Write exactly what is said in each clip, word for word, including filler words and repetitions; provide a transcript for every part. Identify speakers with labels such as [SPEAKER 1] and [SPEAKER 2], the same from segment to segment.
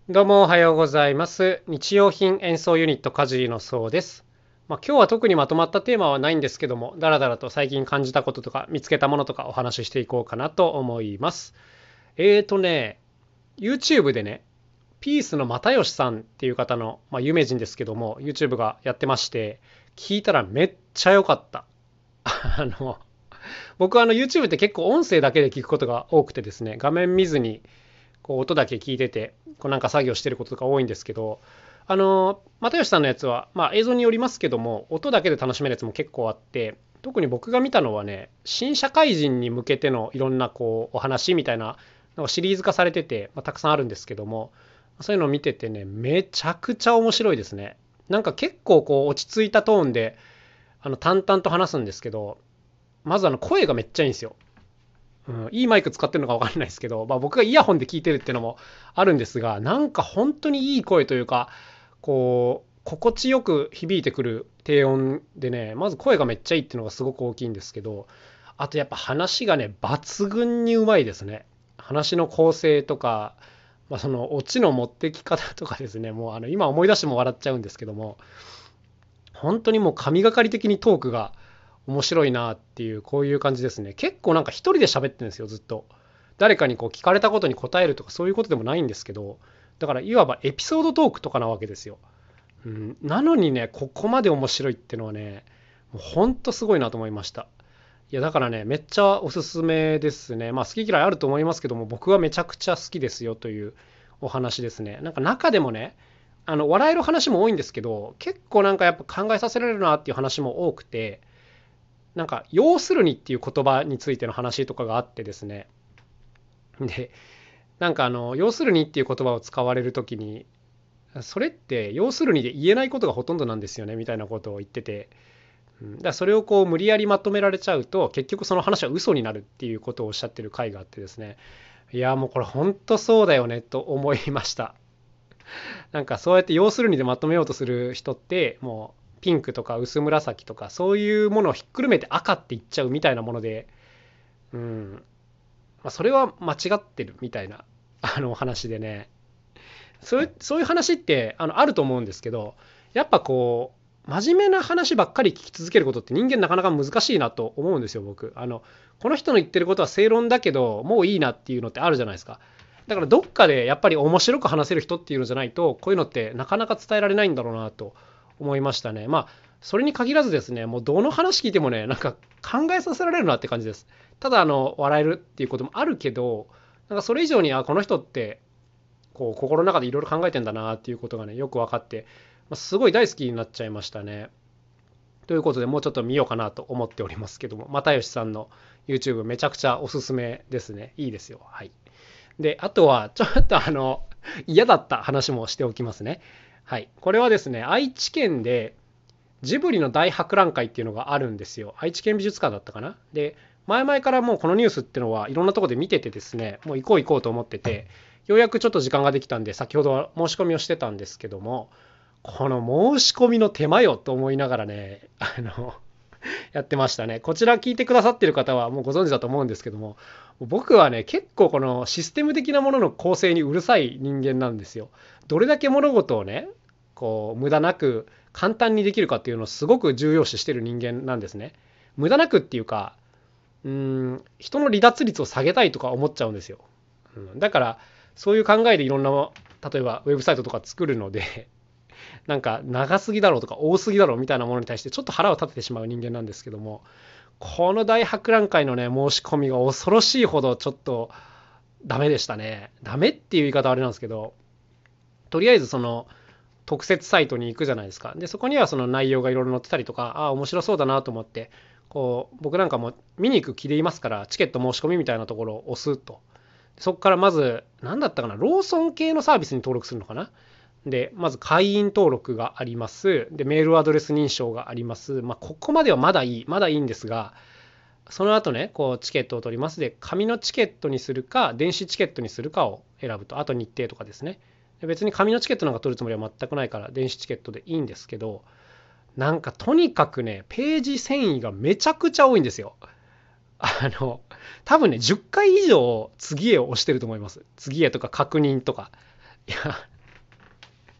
[SPEAKER 1] どうもおはようございます。日用品演奏ユニットカジーのそうです。まあ、今日は特にまとまったテーマはないんですけども、だらだらと最近感じたこととか見つけたものとかお話ししていこうかなと思います。えーとね、YouTube でね、ピースの又吉さんっていう方の、まあ、有名人ですけども、YouTube がやってまして、聞いたらめっちゃ良かった。あの、僕はあの YouTube って結構音声だけで聞くことが多くてですね、画面見ずにこう音だけ聞いてて、こうなんか作業してることとか多いんですけど、あの又吉さんのやつは、まあ、映像によりますけども、音だけで楽しめるやつも結構あって、特に僕が見たのはね、新社会人に向けてのいろんなこうお話みたいなのがシリーズ化されてて、まあ、たくさんあるんですけども、そういうのを見ててね、めちゃくちゃ面白いですね。なんか結構こう落ち着いたトーンで、あの淡々と話すんですけど、まずあの声がめっちゃいいんですよ。うん、いいマイク使ってるのか分かんないですけど、まあ、僕がイヤホンで聞いてるっていうのもあるんですが、なんか本当にいい声というか、こう心地よく響いてくる低音でね、まず声がめっちゃいいっていうのがすごく大きいんですけど、あとやっぱ話がね抜群にうまいですね。話の構成とか、まあ、そのオチの持ってき方とかですね、もうあの今思い出しても笑っちゃうんですけども、本当にもう神がかり的にトークが面白いなっていう、こういう感じですね。結構なんか一人で喋ってるんですよ、ずっと。誰かにこう聞かれたことに答えるとかそういうことでもないんですけど、だからいわばエピソードトークとかなわけですよ。うん、なのにね、ここまで面白いっていうのはね、もうほんとすごいなと思いました。いや、だからね、めっちゃおすすめですね。まあ好き嫌いあると思いますけども、僕はめちゃくちゃ好きですよというお話ですね。なんか中でもね、あの笑える話も多いんですけど、結構なんかやっぱ考えさせられるなっていう話も多くて、なんか要するにっていう言葉についての話とかがあってですね。で、なんかあの要するにっていう言葉を使われるときに、それって要するにで言えないことがほとんどなんですよねみたいなことを言ってて、うん、だからそれをこう無理やりまとめられちゃうと結局その話は嘘になるっていうことをおっしゃってる回があってですね、いやもうこれ本当そうだよねと思いました。なんかそうやって要するにでまとめようとする人ってもうピンクとか薄紫とかそういうものをひっくるめて赤って言っちゃうみたいなもので、うん、まあ、それは間違ってるみたいなあのお話でね、そういうそういう話ってあのあると思うんですけど、やっぱこう真面目な話ばっかり聞き続けることって人間なかなか難しいなと思うんですよ、僕。あのこの人の言ってることは正論だけどもういいなっていうのってあるじゃないですか。だからどっかでやっぱり面白く話せる人っていうのじゃないとこういうのってなかなか伝えられないんだろうなと思いましたね。まあそれに限らずですね、もうどの話聞いてもね、なんか考えさせられるなって感じです。ただあの笑えるっていうこともあるけど、なんかそれ以上にあこの人ってこう心の中でいろいろ考えてんだなっていうことがねよく分かって、まあ、すごい大好きになっちゃいましたね。ということでもうちょっと見ようかなと思っておりますけども、又吉さんの YouTube めちゃくちゃおすすめですね。いいですよ。はい。であとはちょっとあの嫌だった話もしておきますね。はい。これはですね、愛知県でジブリの大博覧会っていうのがあるんですよ。愛知県美術館だったかな。で、前々からもうこのニュースっていうのはいろんなところで見ててですね、もう行こう行こうと思ってて、ようやくちょっと時間ができたんで、先ほど申し込みをしてたんですけども、この申し込みの手間よと思いながらね、あの、やってましたね。こちら聞いてくださってる方はもうご存知だと思うんですけども、僕はね、結構このシステム的なものの構成にうるさい人間なんですよ。どれだけ物事をね、こう、無駄なく簡単にできるかっていうのをすごく重要視してる人間なんですね。無駄なくっていうか、うーん、人の離脱率を下げたいとか思っちゃうんですよ。うん、だから、そういう考えでいろんな、例えばウェブサイトとか作るので、なんか長すぎだろうとか多すぎだろうみたいなものに対してちょっと腹を立ててしまう人間なんですけども、この大博覧会のね、申し込みが恐ろしいほどちょっとダメでしたね。ダメっていう言い方はあれなんですけど、とりあえずその特設サイトに行くじゃないですか。で、そこにはその内容がいろいろ載ってたりとか、ああ、面白そうだなと思って、こう、僕なんかも見に行く気でいますから、チケット申し込みみたいなところを押すと。そこからまず、何だったかな、ローソン系のサービスに登録するのかな。で、まず会員登録があります。で、メールアドレス認証があります。まあ、ここまではまだいい、まだいいんですが、その後ね、こう、チケットを取ります。で、紙のチケットにするか、電子チケットにするかを選ぶと。あと日程とかですね。別に紙のチケットなんか取るつもりは全くないから電子チケットでいいんですけど、なんかとにかくねページ遷移がめちゃくちゃ多いんですよ。あの多分ねじゅっかい以上次へを押してると思います。次へとか確認とか。いや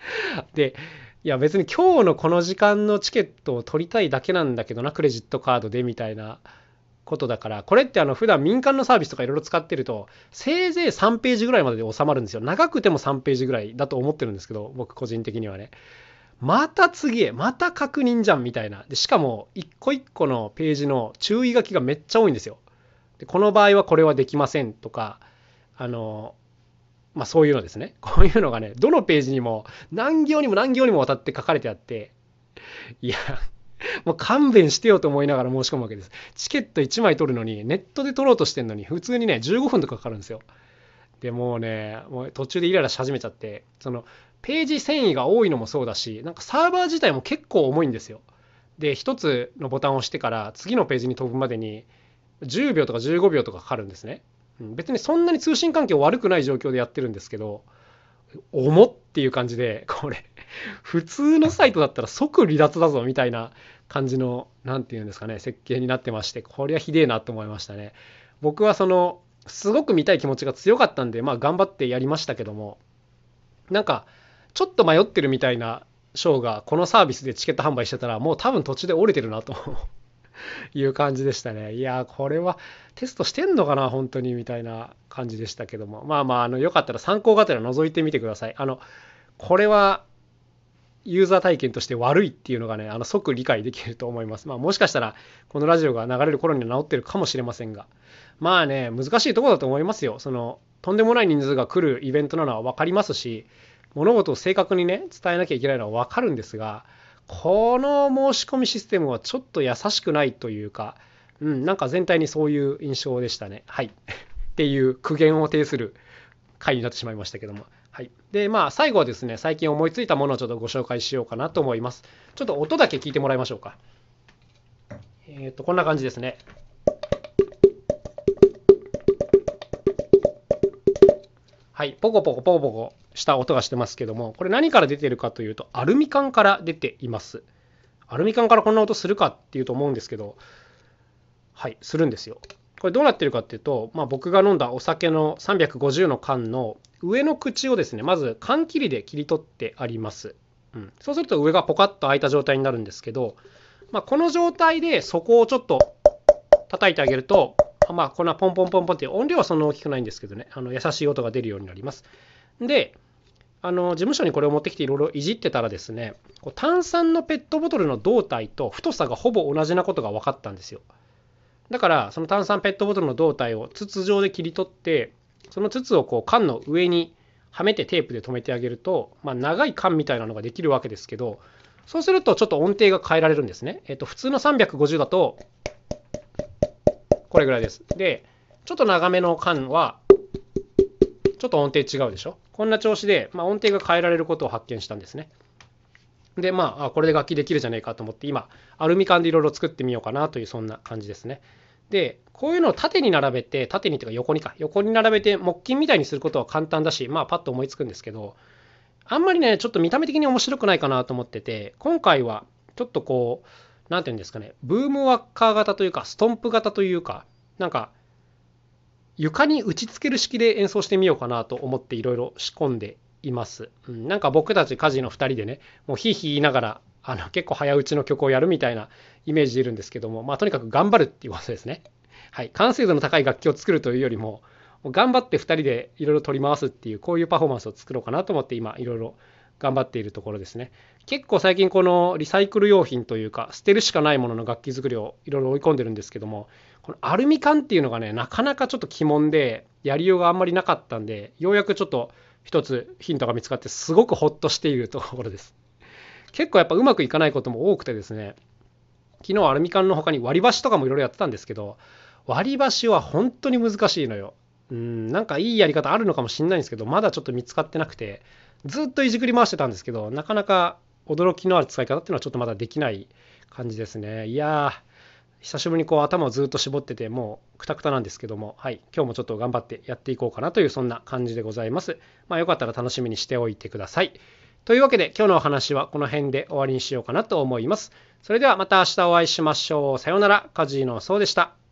[SPEAKER 1] で、いや別に今日のこの時間のチケットを取りたいだけなんだけどな、クレジットカードでみたいなことだから、これってあの普段民間のサービスとかいろいろ使ってると、せいぜいさんページぐらいまでで収まるんですよ。長くてもさんページぐらいだと思ってるんですけど、僕個人的にはね。また次へ、また確認じゃんみたいな。で、しかも一個一個のページの注意書きがめっちゃ多いんですよ。で、この場合はこれはできませんとか、あの、まあそういうのですね。こういうのがね、どのページにも何行にも何行にもわたって書かれてあって、いや、もう勘弁してよと思いながら申し込むわけです。チケットいちまい取るのに、ネットで取ろうとしてんのに、普通にね、じゅうごふんとかかかるんですよ。でもうね、もう途中でイライラし始めちゃって、その、ページ遷移が多いのもそうだし、なんかサーバー自体も結構重いんですよ。で、一つのボタンを押してから次のページに飛ぶまでにじゅうびょうとかじゅうごびょうとかかかるんですね。別にそんなに通信環境悪くない状況でやってるんですけど、重っていう感じで、これ、普通のサイトだったら即離脱だぞみたいな感じの、なんていうんですかね、設計になってまして、こりゃひでえなと思いましたね。僕はその、すごく見たい気持ちが強かったんで、まあ頑張ってやりましたけども、なんか、ちょっと迷ってるみたいな章がこのサービスでチケット販売してたら、もう多分途中で折れてるなという感じでしたね。いやー、これはテストしてんのかな、本当にみたいな感じでしたけども。まあまあ、あの、よかったら参考がてら覗いてみてください。あの、これはユーザー体験として悪いっていうのがね、あの即理解できると思います。まあもしかしたらこのラジオが流れる頃には治ってるかもしれませんが、まあね、難しいところだと思いますよ。その、とんでもない人数が来るイベントなのは分かりますし、物事を正確にね、伝えなきゃいけないのは分かるんですが、この申し込みシステムはちょっと優しくないというか、うん、なんか全体にそういう印象でしたね。はい。っていう苦言を呈する回になってしまいましたけども。はい。で、まあ、最後はですね、最近思いついたものをちょっとご紹介しようかなと思います。ちょっと音だけ聞いてもらいましょうか。えっと、こんな感じですね。はい。ポコポコポコポコした音がしてますけども、これ何から出てるかというと、アルミ缶から出ています。アルミ缶からこんな音するかっていうと思うんですけど、はい、するんですよ。これどうなってるかっていうと、まあ、僕が飲んだお酒のさんびゃくごじゅうの缶の上の口をですね、まず缶切りで切り取ってあります。うん、そうすると上がポカッと開いた状態になるんですけど、まあ、この状態でそこをちょっと叩いてあげると、まあ、こんなポンポンポンポンって音量はそんな大きくないんですけどね、あの優しい音が出るようになります。で、あの事務所にこれを持ってきていろいろいじってたらですね、こう炭酸のペットボトルの胴体と太さがほぼ同じなことが分かったんですよ。だからその炭酸ペットボトルの胴体を筒状で切り取って、その筒をこう缶の上にはめてテープで留めてあげると、まあ、長い缶みたいなのができるわけですけど、そうするとちょっと音程が変えられるんですね。えっと普通のさんびゃくごじゅうだとこれぐらいです。で、ちょっと長めの缶はちょっと音程違うでしょ。こんな調子で、まあ、音程が変えられることを発見したんですね。で、まあ、これで楽器できるじゃないかと思って、今、アルミ缶でいろいろ作ってみようかなという、そんな感じですね。で、こういうのを縦に並べて、縦にというか横にか、横に並べて木琴みたいにすることは簡単だし、まあ、パッと思いつくんですけど、あんまりね、ちょっと見た目的に面白くないかなと思ってて、今回は、ちょっとこう、なんていうんですかね、ブームワッカー型というか、ストンプ型というか、なんか、床に打ち付ける式で演奏してみようかなと思っていろいろ仕込んでいます。うん、なんか僕たち家事のふたりでね、もうひいひい言いながら、あの結構早打ちの曲をやるみたいなイメージでいるんですけども、まあとにかく頑張るっていうことですね。はい。完成度の高い楽器を作るというよりも、頑張ってふたりでいろいろ取り回すっていう、こういうパフォーマンスを作ろうかなと思って今いろいろ頑張っているところですね。結構最近このリサイクル用品というか、捨てるしかないものの楽器作りをいろいろ追い込んでるんですけども、このアルミ缶っていうのがね、なかなかちょっと鬼門で、やりようがあんまりなかったんで、ようやくちょっと一つヒントが見つかってすごくホッとしているところです。結構やっぱうまくいかないことも多くてですね、昨日アルミ缶の他に割り箸とかもいろいろやってたんですけど、割り箸は本当に難しいのよ。うん、なんかいいやり方あるのかもしれないんですけど、まだちょっと見つかってなくて、ずっといじくり回してたんですけど、なかなか驚きのある使い方っていうのはちょっとまだできない感じですね。いやー、久しぶりにこう頭をずっと絞ってて、もうクタクタなんですけども、はい、今日もちょっと頑張ってやっていこうかなというそんな感じでございます。まあよかったら楽しみにしておいてください。というわけで今日のお話はこの辺で終わりにしようかなと思います。それではまた明日お会いしましょう。さようなら。カジノそうでした。